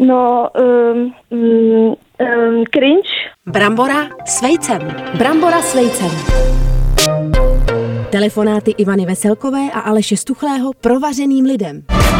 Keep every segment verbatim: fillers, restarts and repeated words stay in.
No, um, um, um, cringe. Brambora s vejcem. Brambora s vejcem. Telefonáty Ivany Veselkové a Aleše Stuchlého provařeným lidem.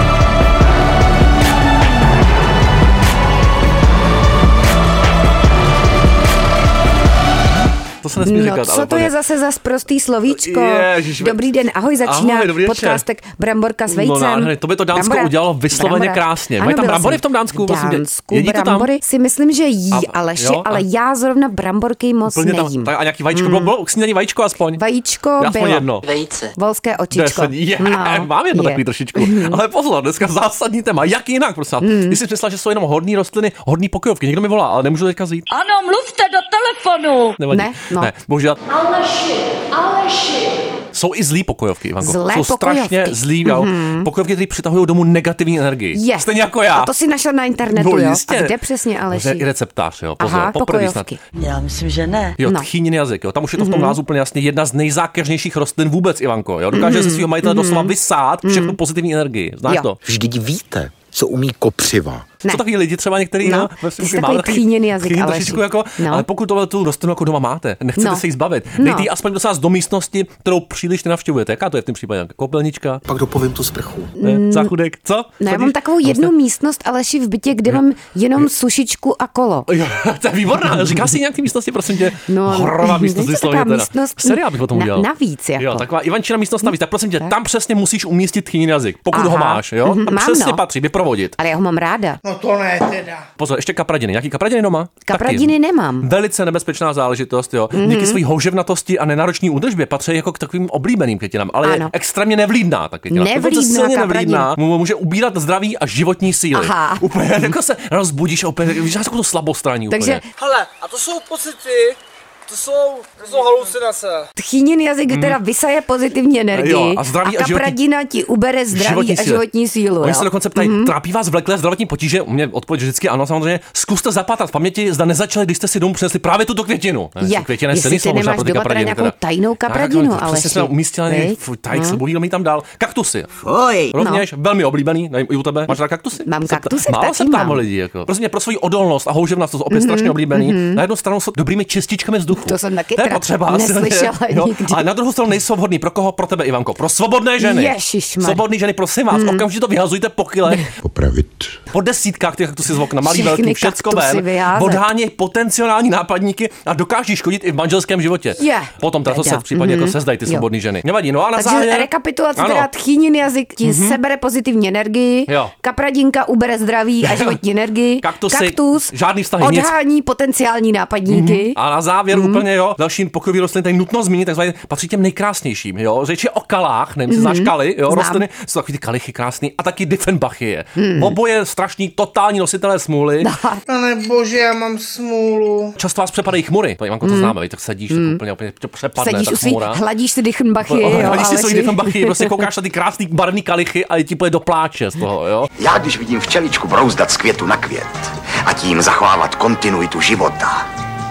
To se nesmí no, říkat. co to je zase za sprostý slovíčko? Ježiš, dobrý den, ahoj, začíná ahoj, dobrý podcastek Bramborka s vejcem. No nádherně, to by to Dánsko Brambora. udělalo vysloveně Brambora. krásně. Ano, Mají tam byla brambory jsem v tom Dánsku? V Dánsku Jedí to tam? brambory si myslím, že jí, A- Aleši, jo, ale a- já zrovna bramborky moc Úplně tam, nejím. tak a nějaký vajíčko, bylo, bylo k snídaní vajíčko aspoň? Vajíčko Aspoň bylo. jedno. Vejce. Volské očičko. Deset, je, No, mám jedno je. takový trošičku. Ale pozor, dneska zásadní téma. Jak jinak, prosím. Mm. Když jsi myslela, že jsou jenom hodný rostliny, hodný pokojovky. Někdo mi volá, ale nemůžu teďka zjít. Ano, mluvte do telefonu. Nevadí. Ne, no. ne, bohužel. Aleši, Aleši. Jsou i zlý pokojovky, Ivanko. Zlé jsou strašně pokojovky. zlý, mm-hmm. pokojovky, které přitahují domů negativní energii. Je. Stejně jako já. A to si našel na internetu, No, jo? jistě. A kde přesně, Aleši? I receptář, jo. Pozor, Aha, poprvé snad. pokojovky. Já myslím, že ne. Jo, No. tchýnin jazyk, jo. Tam už je to v tom názvu úplně jasně jedna z nejzákeřnějších rostlin vůbec, Ivanko, jo. Dokáže ze svého majitele doslova vysát všechnu pozitivní energii. Znáš Jo. to? Vždyť víte, co umí kopřiva. Ne. Jsou takový lidi třeba některý, No, no, ty vlastně jsi máme takový takový tchýnin jazyk, tchýnin Aleši. trošičku jako, No. ale pokud tohle tu rostlinu jako doma máte, nechcete No. se jí zbavit, No. dejte ji aspoň dostat do místnosti, kterou příliš nenavštěvujete. Jaká to je v tom případě? Koupelnička? Pak dopovím tu sprchu. Ne, záchudek? Co? No, já Chodíš? mám takovou No, jednu vlastně- místnost, Aleši, v bytě, kde mám jenom sušičku a kolo. Jo, to je výborná. Říká si nějaký místnosti, prosím tě. No, Hororová místnost, není to vysloveně taková teda. místnost Seriál bych o tom na- udělal. navíc, jako. Jo, taková Ivančina místnost navíc. Tak prosím tě, Tak. tam přesně musíš umístit tchýnin jazyk, pokud Aha. ho máš, jo? Mhm, Tam mám, přesně no. patří, vyprovodit. Ale já ho mám ráda. No to ne teda. Pozor, ještě kapradiny. Nějaký kapradiny doma? Kapradiny Taky. nemám. Velice nebezpečná záležitost, jo. Mm-hmm. Díky své houževnatosti a nenáročné údržbě patří jako k takovým oblíbeným květinám, ale je Ano. extrémně nevlídná ta květina. Nevlídná Dokonce silně kapradina. nevlídná. Mu- Může ubírat zdraví a životní síly. Aha. Úplně jako se rozbudíš a úplně, víš, jako to slabostraní Takže úplně. Hele, a to jsou pocity, to jsou, to jsou halucinace. tchýnin jazyk teda vysaje pozitivní energii Jo, a zdraví a životní- kapradina ti ubere zdraví Životní a síly. životní sílu. Oni jo? se dokonce ptají, mm-hmm. trápí vás vleklé zdravotní potíže? U mě odpověď vždycky ano, samozřejmě. Zkuste zapátrat v paměti, zda nezačali, když jste si domů přinesli právě tuto květinu. Je, Květina je jestli silný ty slovo, možná nemáš pro ty doma teda kapradiny, nějakou teda. tajnou Tak, kapradinu, tak, ale přesně jsme umístili, tak no. slobodí mi tam dál. Kaktusy. Fuj. Rovněž velmi oblíbený, nevím, i u tebe. Máš rád kaktusy? Mám Se- kaktusy, Málo taky se ptám mám. o lidi, jako. Prostě pro svoji odolnost a houževnost to jsou opět strašně oblíbený. Na jednu stranu jsou dobrými čističkami vzduchu. To jsem taky To je teda potřeba. neslyšela Jo. nikdy. Ale na druhou stranu nejsou vhodný pro koho? Pro tebe, Ivanko. Pro svobodné ženy. Ježišmar. Svobodné ženy, prosím vás, okamžitě to vyhazujte po kilech. Popravit. Po desítkách těch kaktusy z okna, malý, Všechny velký, všecko kaktusy ven, vyházet. odháněj potenciální nápadníky a dokáží škodit i v manželském životě. Je. Potom tato se Teda. v případě Mhm. jako sezdají ty Jo. svobodné ženy. Nevadí, no a na Takže závěr... rekapitulace, Ano. teda tchýnin jazyk ti mm-hmm. sebere pozitivní energii, Jo. kapradinka ubere zdraví a životní energii, Kaktusy, kaktus žádný vztahy, nic. odhání potenciální nápadníky. A na závěr mm. úplně, jo, další pokojový rostliny tady nutno zmínit, takzvaně patří těm nejkrásnějším, jo. Řeč je o kalách, nevím, mm. znáš kaly, jo, Znám. rostliny, jsou takový ty kalichy krásný a taky Diefenbachie. Mm. Oboje strašný, totální nositelé smůly. Pane bože, já mám smůlu. Často vás přepadají chmury, to Ivanko to známe, víš, tak sedíš, tak úplně, úplně tě přepadne Sedíš ta u svý, chmura. hladíš ty Diefenbachy, jo, Hladíš si Aleši. svoji Diefenbachy, prostě koukáš na ty krásný barevný kalichy a ti půjde do pláče z toho, jo. Já, když vidím včeličku brouzdat z květu na květ a tím zachovávat kontinuitu života,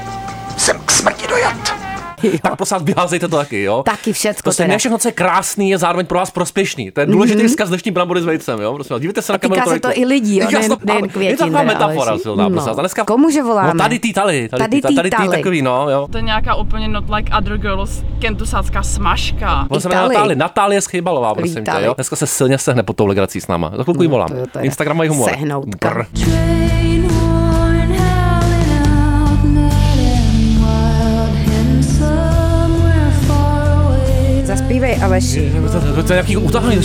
jsem k smrti dojat. Tak prosím vás, vyházejte to taky, jo. Taky všecko Prostě teda. ne všechno, co je krásný, je zároveň pro vás prospěšný. To je důležitý vzkaz dnešní Brambory s vejcem, jo. Prosím vás, dívejte se na kameru. Týká se to i lidí, jo, Týká se nejen, to- nejen ale květin. Je to taková teda, metafora Aleši. silná, prosím vás. A dneska... Komuže voláme? No tady ty taly, tady, Tady ty, ty tady ty taly. takový, no, jo. To je nějaká úplně not like other girls, kentusácká smažka. On se jmenuje Taly. Natálie, Natálie Schejbalová, prosím tě, Taly. jo. Dneska se silně sehne pod tou legrací s náma. Za chvilku jí volám. to je teda Instagram mají humor. sehnoutka. Brr. Zaspívej, Aleši. To, to je nějaký utáhný.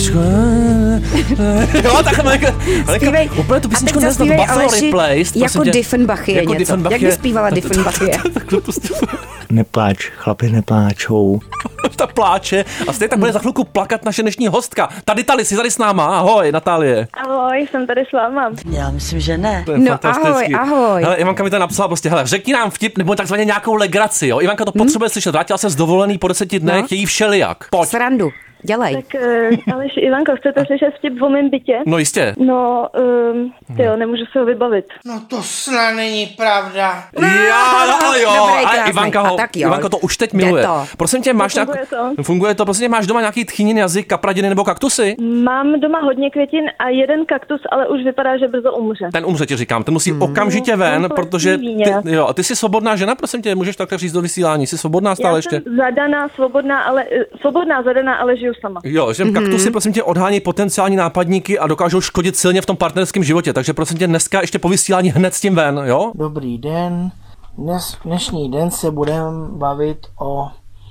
Jo, takhle jako... Zpívej. Úplně tu A písničku teď nezná, to zaspívej, Buffalo Aleši, Replaced. jako prosím tě. Diefenbachy je Jako něco. Diefenbachy. Jak by zpívala Diefenbachy? Nepláč, chlapi nepláčou. Ta pláče a stejně tak bude za chvilku plakat naše dnešní hostka. Tady Tali, jsi tady s náma, ahoj Natálie. Ahoj, jsem tady s váma. Já myslím, že ne. To je No, fantastický. ahoj, ahoj. Hele, Ivanka mi to napsala prostě, hele, řekni nám vtip nebo takzvaně nějakou legraci, jo. Ivanka to potřebuje slyšet, vrátila se z dovolený po deseti dnech, No. chtějí všelijak. Pojď. Srandu. dělej. Tak, uh, Aleš, Ivanko, chcete slyšet vtip o mém bytě? No jistě. No, um, tyjo, nemůžu se ho vybavit. No to snad není pravda. Já, no, ale jo, Dobrý, ale krásný. Ivanka, ho, A tak jo. Ivanko to už teď Jde miluje. to. Prosím tě, máš Funguje nějak... to? Funguje to, prosím tě, máš doma nějaký tchýnin jazyk, kapradiny nebo kaktusy? Mám doma hodně květin a jeden kaktus, ale už vypadá, že brzo umře. Ten umře, ti říkám, ten musí okamžitě ven, Kompletní protože ty, víně. jo, a ty jsi svobodná žena, prosím tě, můžeš takhle říct do vysílání, jsi svobodná stále Já ještě? jsem zadaná, svobodná, ale svobodná, zadaná, ale žiju sama. Jo, že kaktusy, prosím tě, odhání potenciální nápadníky a dokážou škodit silně v tom partnerském životě, takže prosím tě, dneska ještě po vysílání hned s tím ven, jo? Dobrý den. Dnes, dnešní den se budeme bavit o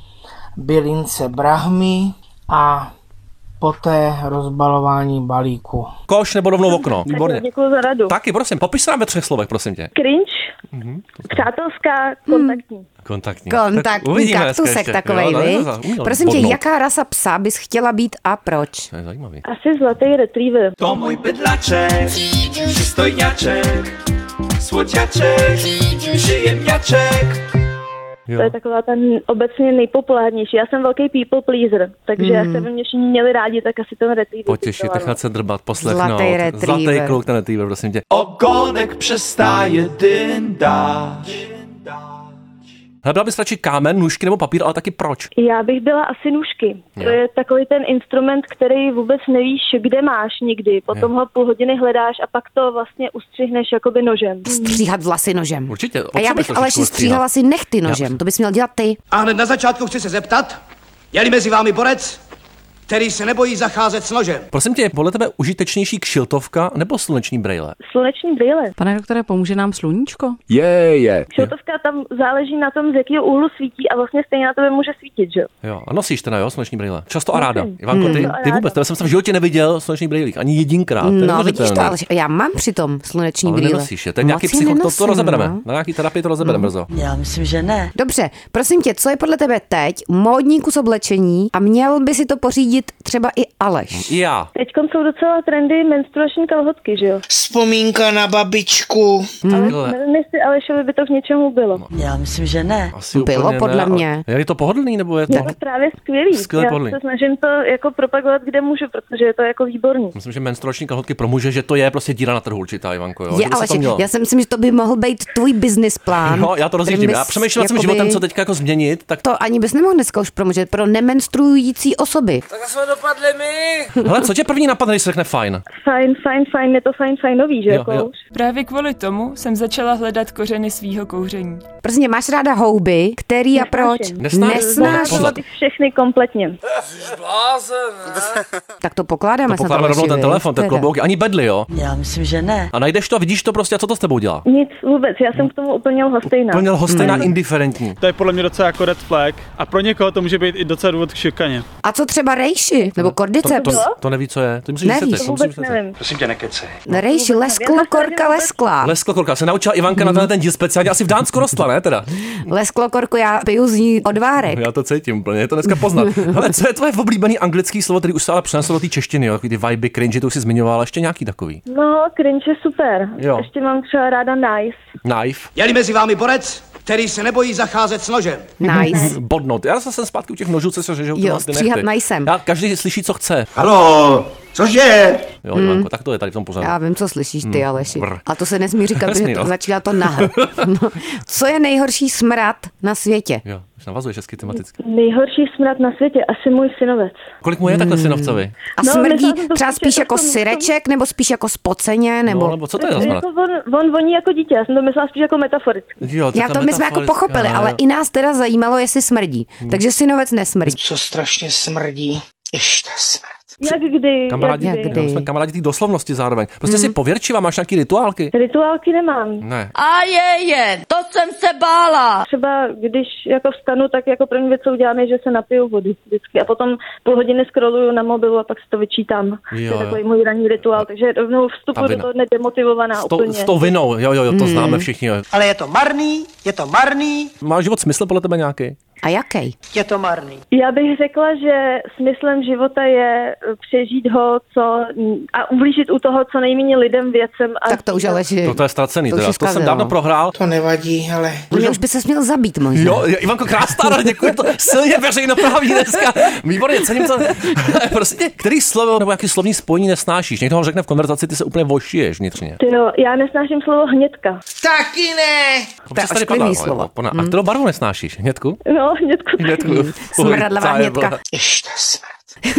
bylince brahmy a poté rozbalování balíku. Koš nebo rovnou v okno, výborně. Děkuji za radu. Taky, prosím, popiš se nám ve třech slovech, prosím tě. Cringe, Mhm, přátelská, kontaktní. Kontaktní. Kontaktní Uvidíme dneska kaktusek ještě. takovej, Jo, no, vy? no, uměl Prosím tě, bodnout. jaká rasa psa bys chtěla být a proč? To je zajímavý. Asi zlatý retriever. To můj bydlaček, přistojňaček, słodziaczek, przyjemniaczek. To je taková ten obecně nejpopulárnější. Já jsem velký people pleaser, takže jak se by mě všichni měli rádi, tak asi ten retriever. Potěšit, nechat se drbat, poslechnout. Zlatý retriever. Zlatý kluk, ten retriever, prosím tě. Ogonek přestaje dyndáč. Hele, byla bys radši kámen, nůžky nebo papír, ale taky proč? Já bych byla asi nůžky. To Jo. je takový ten instrument, který vůbec nevíš, kde máš nikdy. Potom ho půl hodiny hledáš a pak to vlastně ustřihneš jakoby nožem. Stříhat vlasy nožem. Určitě. A já bych ale stříhala si nechty nožem, to bys měl dělat ty. A hned na začátku chci se zeptat, je-li mezi vámi borec, který se nebojí zacházet s nožem? Prosím tě, podle tebe užitečnější kšiltovka nebo sluneční brejle? Sluneční brýle. Pane doktore, pomůže nám sluníčko? Je, je. Šiltovka tam záleží na tom, z jakého úhlu svítí a vlastně stejně na tebe může svítit, že jo? Jo, a nosíš teda, jo, sluneční brýle? Často a ráda. Nosím. Ivanko, ty, Hmm. ty vůbec, tebe jsem se v životě neviděl sluneční brýlích, ani jedinkrát. To je No vidíš to, neuvěřitelné. ale já mám přitom sluneční Ale brýle. nenosíš je, to je nějaký Moc je psycho, to, to nenosím, rozebereme. no. Na nějaký terapii to rozebereme brzo. Já myslím, že ne. Dobře, prosím tě, co je podle tebe teď módní kus oblečení a měl by si to pořídit třeba i Aleš? Já. Teďkom jsou docela trendy menstruační kalhotky, že jo? Vzpomínka na babičku. Takhle. Nevím, jestli Alešovi by to k něčemu bylo. Já myslím, že ne. Asi Bylo úplně podle ne, ale- mě. Je to pohodlný, nebo je to? Je to právě skvělý. Skvěle Já pohodlný. se snažím to jako propagovat, kde můžu, protože je to jako výborný. Myslím, že menstruační kalhotky pro muže, že to je prostě díra na trhu určitá, Ivanko. Jo? Je, Že by se ale to mělo. já si myslím, že to by mohl být tvůj business plán. No, já to rozjíždím. kterým Já bys přemýšlím nad svým jakoby- životem, co teďka jako změnit, tak To ani bys nemohl dneska už promluvit pro nemenstruující osoby. Tak jsme dopadli my. hele, co tě první napadne, když se řekne fajn? Fajn, fajn, fajn, je to fajn, fajnový, že Jo, jako jo. už? Právě kvůli tomu jsem začala hledat kořeny svýho kouření. Prostě máš ráda houby, který a proč? Nesnáším. Nesnáš- Nesnáš. Pozor. Bych všechny kompletně. Jsi blázen, ne? Tak to pokládáme To se pokládáme rovnou ten telefon, ten klobouk, ani bedly, jo? Já myslím, že ne. A najdeš to a vidíš to prostě, a co to s tebou dělá? Nic vůbec, já jsem k tomu úplně lhostejná. Plně lhostejná, Hmm. indiferentní. To je podle mě docela jako red flag a pro někoho to může být i docela důvod k šikaně. A co třeba rejši? Nebo kordyceps? To, to, to neví, co je. To musíš Nevíš. vysvětlit. To to musíš vůbec vysvětlit. nevím. Prosím tě, nekecej. Rejši, lesklo, korka, lesklá. Lesklo, kolka, se naučila Ivanka na tenhle ten díl speciálně, asi v Dánsku rostla, ne teda? Lesklo, korku, já piju z ní odvárek. Já to cítím úplně, je to dneska poznat. Hele, co je tvoje oblíbený anglický slovo, který už se ale přeneslo do té češtiny, jo? Takový ty vibe, cringe, to už jsi zmiňovala, ještě nějaký takový. No, cringe je super. Jo. Ještě mám třeba ráda nice. Knife. Je-li mezi vámi borec, který se nebojí zacházet s nožem? Nice. Bodnout. Já zase jsem zpátky u těch nožů, co se řežou. Jo, ty stříhat nechty. nicem. Já, každý slyší, co chce. Halo, cože? Jo, Ivanko, tak to je tady v tom pořadu. Já vím, co slyšíš ty, Aleši. brr. A to se nesmí říkat, protože Nesmí, to no. začíná to nahr. No. Co je nejhorší smrad na světě? Jo, už navazuješ hezky tematicky. Nejhorší smrad na světě, asi můj synovec. Kolik mu je takhle synovcovi? A No, smrdí myslela jsem to třeba spíš spíš jako jako v tom- syreček, nebo spíš jako spoceně, nebo... No, nebo co to je za smrad? Jako on, on voní jako dítě, já jsem to myslela spíš jako metaforicky. Jo, Já to my jsme jako pochopili, ale i nás teda zajímalo, jestli smrdí. Takže synovec nesmrdí. Co strašně smrdí. Ještě smrt. Jak kdy, Kamarádi, jak Jak kdy. kdy. jsme kamarádi té doslovnosti zároveň. Prostě si pověrčivá, máš nějaký rituálky? Rituálky nemám. Ne. A je, je, to jsem se bála. Třeba když jako vstanu, tak jako první věc, co udělám, je, že se napiju vody vždycky. A potom půl hodiny scrolluju na mobilu a pak si to vyčítám. Jo, To je takový jo. můj ranní rituál, takže rovnou vstupuji Ta do vina. toho nedemotivovaná S, to, úplně. s tou vinou, jo, jo, jo, to známe všichni. Jo. Ale je to marný, je to marný. Má život smysl podle tebe nějaký? A jaký? Je to marný. Já bych řekla, že smyslem života je přežít ho co, a ublížit u toho co nejméně lidem, věcem. A tak to už ale, že... No to je ztracený, to, teda. to jsem dávno prohrál. To nevadí, ale... Mě už by se směl zabít možná. Jo, Ivanko, krásná rada, děkuji, to silně veřejnoprávní dneska. Výborně, cením to. Prostě, který slovo nebo jaký slovní spojení nesnášíš? Někdo ho řekne v konverzaci, ty se úplně vošiješ vnitřně. Ty jo, já nesnáším slovo hnědka. Taky ne! To je ošklivý slovo. A hmm. kterou barvu nesnášíš? Hnědku? No, hnědku. Hnědku. Smradlavá hnědka. Ještě smrt.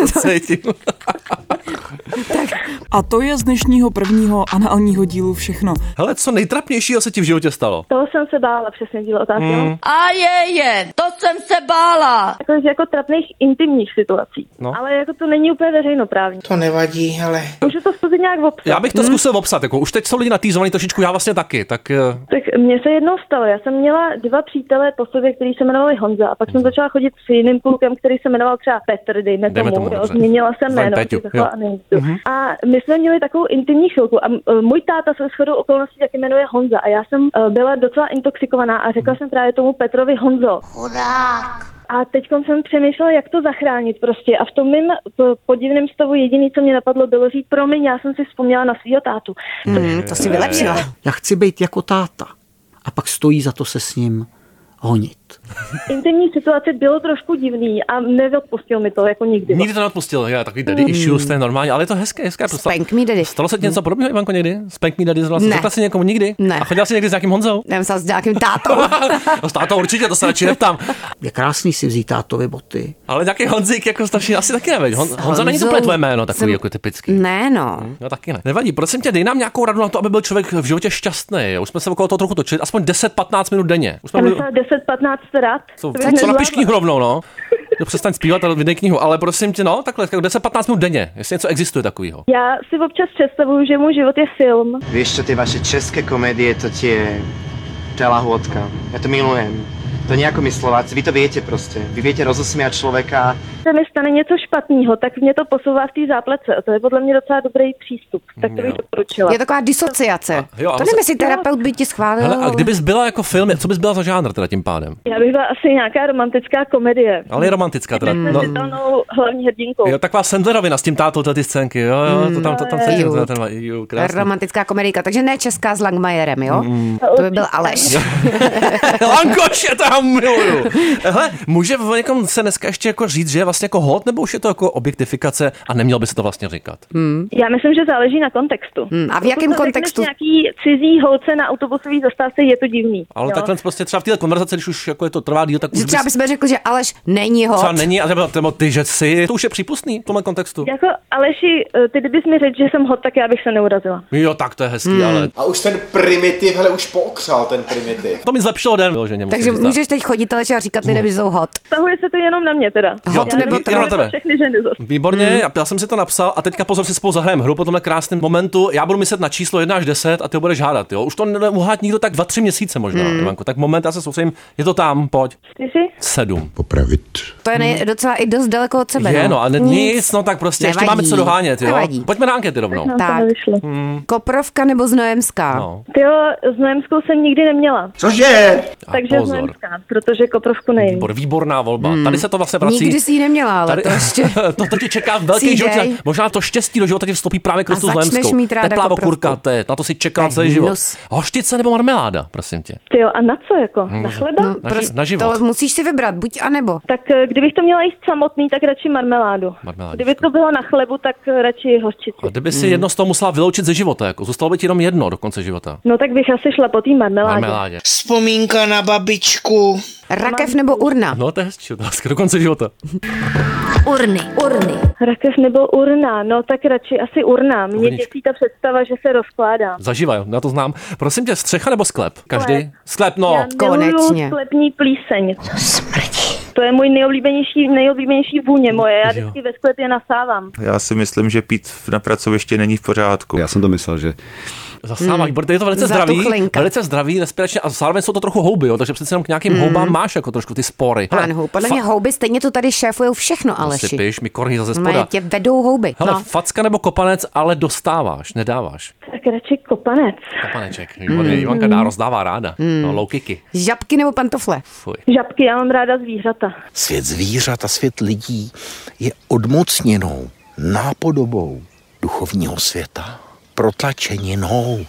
Tak a to je z dnešního prvního análního dílu všechno. Hele, co nejtrapnějšího se ti v životě stalo? Toho jsem se bála, přesně díl otázky. Mm. A je, je, to jsem se bála. Jako, jako trapných intimních situací. No. Ale jako to není úplně veřejnoprávní. To nevadí, ale... Můžu to zkusit nějak opsat. Já bych to hmm. zkusil opsat, jako už teď jsou lidi natýzovaný trošičku, já vlastně taky, tak... Tak mně se jednou stalo, já jsem měla dva přítele po sobě, který se jmenovali Honza a pak jsem začala chodit s jiným klukem, který se jmenoval třeba Petr, dejme, dejme tomu, jo, změnila jsem jméno. Mm-hmm. A my jsme měli takovou intimní chvilku a můj táta se shodou okolností taky jmenuje Honza a já jsem byla docela intoxikovaná a řekla jsem právě tomu Petrovi Honzo. Chudák. A teď jsem přemýšlela, jak to zachránit prostě a v tom mým podivném stavu jediné, co mě napadlo, bylo říct, promiň, já jsem si vzpomněla na svýho tátu. Mm, to si vylepšila. Já chci být jako táta a pak stojí za to se s ním honit. Intimní situace bylo trošku divný a neodpustil mi to jako nikdy. Nikdy to neodpustil, já takový daddy mm. issues, to je normálně, ale je to hezké, hezké. Spank me daddy. Stalo se ti něco podobného, Ivanko, někdy? Spank me daddy, zrovna řekla jsi někomu nikdy? Ne. A chodila jsi někdy s nějakým Honzou? Já jsem s nějakým tátou. S tátou určitě, to se radši neptám. Je krásný si vzít tátovi boty. Ale nějaký Honzík jako starší asi taky neveď. Hon, Honza není to tvoje jméno, takový jsem... jako typický. Ne, no. No taky ne. Nevadí, prosím tě, dej nám nějakou radu na to, aby byl člověk v životě šťastný. Už jsme se okolo toho trochu točili, aspoň deset patnáct minut denně. Už jsme byli... deset patnáct rád. Co, co napiš knihu rovnou, no? To přestaň zpívat a vydej knihu, ale prosím tě, no, takhle, deset patnáct minut denně, jestli něco existuje takového. Já si občas představuju, že můj život je film. Víš, čo ty vaše české komedie, to tie lahôdka. Ja to milujem. To nie ako my Slováci, vy to viete proste. Vy viete rozosmiať človeka. Se mi stane něco špatného, tak mě to posouvá v té záplece. A to je podle mě docela dobrý přístup. Tak to bych doporučila. Je taková disociace. A, jo, to nevím, jestli terapeut by ti schválil. Hele, a kdybys byla jako film, co bys byla za žánr teda tím pádem? Já bych byla asi nějaká romantická komedie. Ale je romantická teda. No. Nevětelnou hlavní hrdinkou. Jo, taková Sandlerovina s tím tátou, ty scénky. Jo, jo, to tam, to tam se mm, ten, romantická komedika, takže ne česká s Langmajerem, jo? Mm. To by byl Aleš. Lankoš, je to já miluju. Hele, může někom se dneska ještě jako říct, že je vlastně jako hot, nebo už je to jako objektifikace a neměl by se to vlastně říkat? Hmm. Já myslím, že záleží na kontextu. Hmm. A v jakém kontextu? Nějaký cizí holce na autobusové zastávce je to divný. Ale jo? Takhle prostě třeba v této konverzaci, když už jako je to trvá díl, tak že třeba bychom řekli, že Aleš není hot. Třeba není, a nebo ty, že jsi, to už je přípustný v tomhle kontextu. Jako Aleši, ty kdybys mi řekl, že jsem hot, tak já bych se neurazila. Jo, tak to je hezký, hmm. ale. A už ten primitiv, hele, už pookřál ten primitiv. To mi zlepšilo den, že takže můžeš teď chodit Aleši a říkat lidem, že jsou hot. Stahuje se to jenom na mě teda. Hot nebo to na tebe. Výborně, hmm. já, já jsem si to napsal a teďka pozor, si spolu zahrajeme hru po tomhle krásném momentu. Já budu myslet na číslo jedna až deset a ty ho budeš hádat, jo. Už to neuhádá nikdo tak dva, tři měsíce možná, hmm. Ivanko. Tak moment, já se soustředím, je to tam, pojď. Čtyři? Sedm. Popravit. To je nej, docela i dost daleko od sebe. Je, no, a ne, nic, no tak prostě, nevadí. Ještě máme co dohánět, jo. Nevadí. Pojďme na ankety rovnou. Tak. Hmm. Koprovka nebo Znojemská? No. Tyjo, Znojemskou jsem nikdy neměla. Cože? Takže Znojemská, protože Koprovku nejím. Výbor, výborná volba. Hmm. Tady se to vlastně vrací. Nikdy si ji neměla, ale tady, to ještě. to, to tě čeká velký život. Možná to štěstí do života ti vstoupí právě krostu Znojemskou. Teplá okurka, to je, na to si čekala celý život. Hoštice nebo marmeláda, prosím tě. Tyjo, a na co jako? Hmm. Na chleba? No, na, na život. To musíš si vybrat, buď a nebo. Tak kdybych to měla jíst samotný, tak radši marmeládu. Kdyby to bylo na chlebu, tak radši hořčici. A kdyby si hmm. jedno z toho musela vyloučit ze života, jako zůstalo by ti jenom jedno do konce života. No tak bych asi šla po té marmeládě. marmeládě. Vzpomínka na babičku. Rakev nebo urna? No to je hezčí otázka, do konce života. Urny, urny. Rakev nebo urna, no tak radši asi urna. Mě děsí ta představa, že se rozkládá. Zaživa, jo, já to znám. Prosím tě, střecha nebo sklep? Každý? Sklep, sklep no. Já konečně. Sklepní plíseň. To smrdí. To je můj nejoblíbenější, nejoblíbenější vůně moje. Já vždycky ve sklepě nasávám. Já si myslím, že pít na pracovišti není v pořádku. Já jsem to myslel, že Zasáváš, protože je to velice zdravý, velice zdravý, respiračně a zároveň jsou to trochu houby, jo, takže přece jenom k nějakým mm. houbám máš jako trošku ty spory. Ano, podle fa- mě houby stejně to tady šéfujou všechno, Aleši. Sypiš, mi korní ze spoda. Tě vedou houby. Hele, no. facka nebo kopanec, ale dostáváš, nedáváš. Tak radši kopanec. Kopaneček, výborně, mm. Ivanka dá rozdává ráda. Mm. No, low kicky. Žabky nebo pantofle? Fuj. Žabky, já mám ráda zvířata. Svět zvířat a svět lidí je odmocněnou nápodobou duchovního světa. Protlačeninou.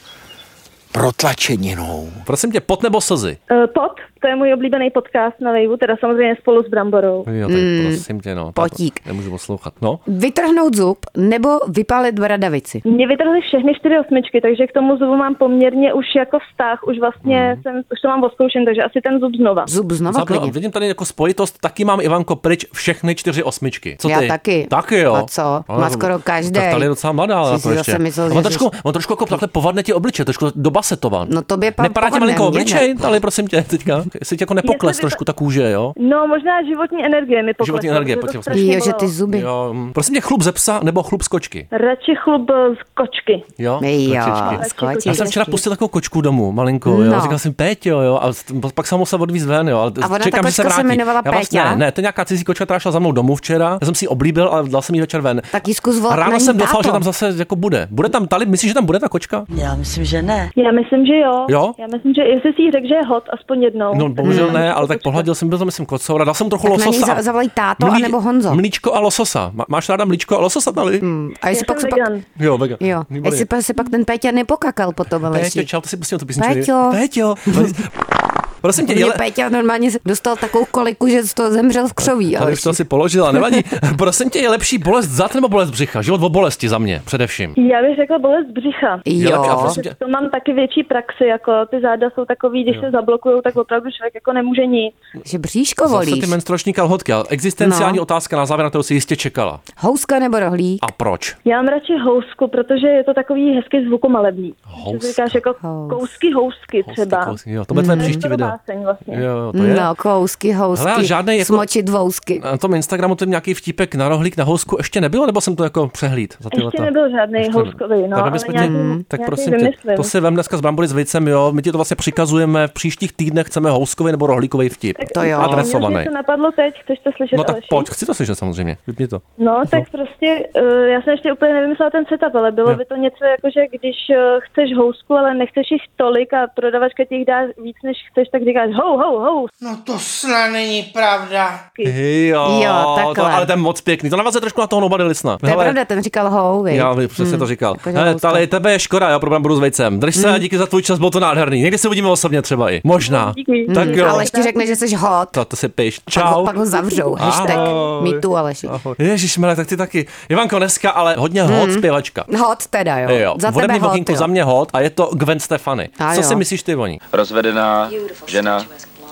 Protlačeninou. Prosím tě, pot nebo slzy? Uh, pot, to je můj oblíbený podcast na Vejvu, teda samozřejmě spolu s Bramborou. Jo, tak mm, prosím tě, no. Potík. Nemůžu poslouchat, no. Vytrhnout zub nebo vypálit bradavici? Mě vytrhly všechny čtyři osmičky, takže k tomu zubu mám poměrně už jako vztah, už vlastně mm. jsem, už to mám oskoušen, takže asi ten zub znova. Zub znova? Zapno, vidím tady jako spojitost, taky mám, Ivanko, pryč všechny čtyři osmičky. Co ty? Já taky. Taky jo. A co? Má skoro každý. Tak tady je docela mladá. Jako ještě. Myslel, on, trošku, on trošku jako takhle povadne ti obliče, trošku dobasetovan. No tobě pa, nepadá ti malinko obličej, ale prosím tě, teďka, jestli tě jako nepokles trošku to... ta kůže, jo? No, možná životní energie mi pokles. Životní energie, pojď. Jo, že ty zuby. Jo, prosím tě, chlup ze psa nebo chlup z kočky? Radši chlup z kočky. Jo, jo kočičky. Já jsem včera pustil takovou kočku domů, malinkou, jo, no. Říkal jsem Péťo, jo, a pak jsem musel odvízt ven, jo, ale a ona čekám, ta že se kočka vrátí. Se jmenovala Péťa? Vlastně, ne, ne, to je nějaká cizí kočka, která šla za mnou domů včera, já jsem si ji oblíbil a dal jsem jí večer ven. Tak jí zkus volat. A ráno jsem doufal, že tam zase jako bude. Bude tam Talib, myslíš, že tam bude ta kočka? Já myslím, že ne. Já myslím, že jo. Jo? Já myslím, že jestli si jí řekl, že je hot aspoň jednou. No, bohužel hmm. ne, ale tak pohladil jsem, byl to myslím kocoura, dal jsem trochu tak lososa. Tak na něj zavolej táto Mlí, anebo Honzo. Mlíčko a lososa. Máš ráda mlíčko a lososa tady? Hmm. A jestli pak se pak... Jo, vegan. Jo. Jestli pak se pak ten Péťa nepokakal potom, ale Péťo, čau, to si pustil tu písničku. Péťo. Péťo. Prosím tě, jele... Péťa normálně dostal takovou koliku, že to zemřel v křoví. Ale už to asi položila, nevadí. Prosím tě, je lepší bolest zad nebo bolest břicha? Život o bolesti za mě, především. Já bych řekla bolest břicha. Jo. Jo. To mám taky větší praxi, jako ty záda jsou takový, když jo. se zablokujou, tak opravdu člověk jako nemůže nic. Že bříško volíš. Zase ty menstruační kalhotky, ale existenciální no. otázka na závěr, na kterou si jistě čekala. Houska nebo rohlík? A proč? Já mám radši housku, protože je to takový hezky zvukomalebný. Hous... Říkáš jako Hous. kousky housky třeba. Housky, kousky. Jo, to bude tvoje mm. příští video. Vlastně. Jo, to je. No, kousky, housky, hele, žádnej jako, smočit vousky. Na tom Instagramu to nějaký vtípek na rohlík, na housku ještě nebylo, nebo jsem to jako přehlíd za ty ještě leta? Nebyl žádný houskový, no, ale nějaký, tě, tak prosím tě, to si vem dneska z Brambory s vejcem, jo, my ti to vlastně přikazujeme, v příštích týdnech chceme houskový nebo rohlíkový vtip. Tak to jo. Adresovaný. Mě to napadlo teď, chceš to slyšet, No tak Aleši? pojď, chci to slyšet samozřejmě, vypni to. No, tak no. prostě, uh, já jsem ještě úplně nevymyslela ten setup, ale bylo jo. by to něco jako, že když uh, chceš housku, ale nechceš jich tolik a prodavačka ti jich dá víc, než chceš, tak říkáš hou, hou, hou. No to snad není pravda. Jo, jo to, ale ten moc pěkný. To navazuje trošku na toho Nobody Listna. To je pravda, ten říkal hou, vy. Já přesně hmm. to říkal. Jako Hele, tady tebe je škoda, jo, problém budu s vejcem. Drž se hmm. a díky za tvůj čas, bylo to nádherný. Někdy se uvidíme osobně třeba i. Možná. Díky. Tak hmm. jo. Aleš ti řekne, že jsi hot. To, to si píš. Čau. Pak ho, pak ho zavřou. Hashtag me too, Aleši. Ježišmarja, tak ty taky. Ivanko, dneska ale hodně hot hmm. zpěvačka. Hot teda, jo. jo. Za tebe hot, to za mě hot a je to Gwen Stefani. A Co jo. si myslíš ty o ní? Rozvedená žena,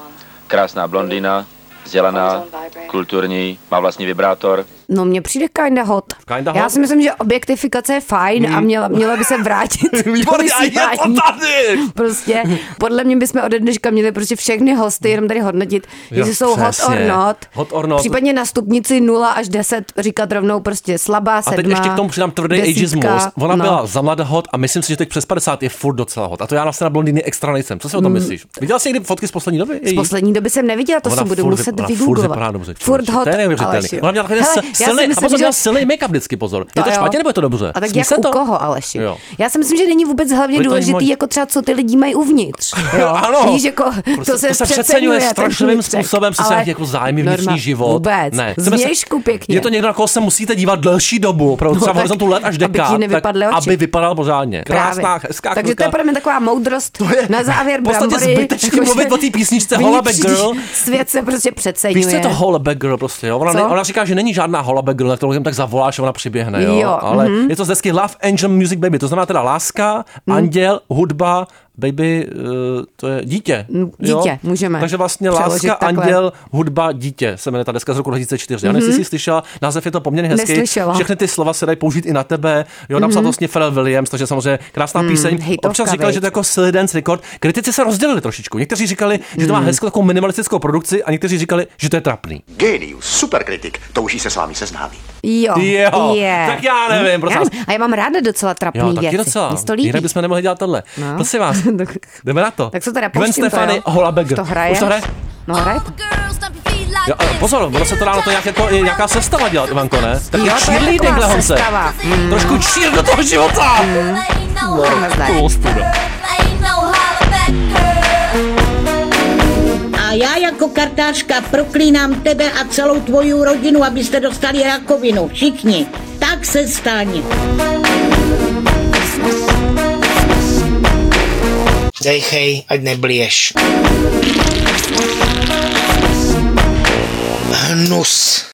krásná blondýna, vzdělaná, kulturní, má vlastní vibrátor. No mně přijde kinda hot. Kinda Já hot? si myslím, že objektifikace je fajn hmm. a měla, měla by se vrátit. Výborně, a je to tady! Prostě, podle mě bychom ode dneška měli prostě všechny hosty jenom tady hodnotit, jestli jsou přesně. hot or not. Hot or not. Případně na stupnici nula až deset říkat rovnou prostě slabá, sedma, a teď ještě k tomu přidám tvrdý ageismus. Ona no. byla za mladá hot a myslím si, že teď přes padesát je furt docela hot. A to já na na blondýny extra nejsem. Co si o tom myslíš? Viděla jsi někdy fotky z poslední doby? Z poslední doby jsem neviděla, to si budu muset vygooglovat. Furt hot. To je neuvěřitelný. Ona měla takový silný make-up vždycky, pozor. Je to špatně nebo je to dobře? A tak jak u koho, Aleši? Já si myslím, že není vůbec hlavně důležitý, jako třeba co ty lidi mají uvnitř. Ano. Víš, jako to se přeceňuje strašným způsobem, se se jako zájmy vnitřní život. Vůbec. Změšku pěkně. Je to někdo, na koho se musíte dívat delší dobu, pro třeba horizontu let až dekád, aby vypadal pořádně. Krásná, hezká. Takže to je pro mě taková moudrost na závěr Brambory. V podstatě zbytečně mluvit o té písničce Hollaback Girl. Svět se prostě přeceňuje. Víš, co je to Hollaback Girl prostě, jo? Ona říká, že není žádná Hollaback Girl, na kterou tak zavoláš a ona přiběhne, jo? jo ale mm-hmm. je to z desky Love Angel Music Baby, to znamená teda láska, mm. anděl, hudba, baby, uh, to je dítě. Dítě, jo? můžeme. Takže vlastně láska, takhle. Anděl, hudba, dítě se jmenuje ta deska z roku dva tisíce čtyři. Mm-hmm. Já nevím, jestli jsi slyšela, název je to poměrně hezký. Neslyšela. Všechny ty slova se dají použít i na tebe. Jo, napsal mm-hmm. to vlastně Pharrell Williams, takže samozřejmě krásná mm, píseň. Hejtovka, občas říkali, že to je jako silly dance record. Kritici se rozdělili trošičku. Někteří říkali, že to má hezkou takovou minimalistickou produkci a někteří říkali, že to je trapný. Génius, superkritik, touží se s vámi seznámit. Jo, jo. je. Tak já nevím, prosím vás. A já mám ráda docela trapný jo, taky věci. docela. Mně to líbí. Jinak bychom nemohli dělat tohle. No. Prosím vás, jdeme na to. Tak se teda Gwen Stefani, Holabeg. To hraje? Už to hraje? No hraje to. Jo, pozor, ono se to dá na to nějak jako, nějaká sestava dělat, Ivanko, ne? Tak jo, to je taková sestava. Mm. Trošku cheer do toho života. Mm. No, a já jako kartářka proklínám tebe a celou tvoji rodinu, abyste dostali rakovinu. Všichni. Tak se staň. Dejchej, ať neblieš. Hnus.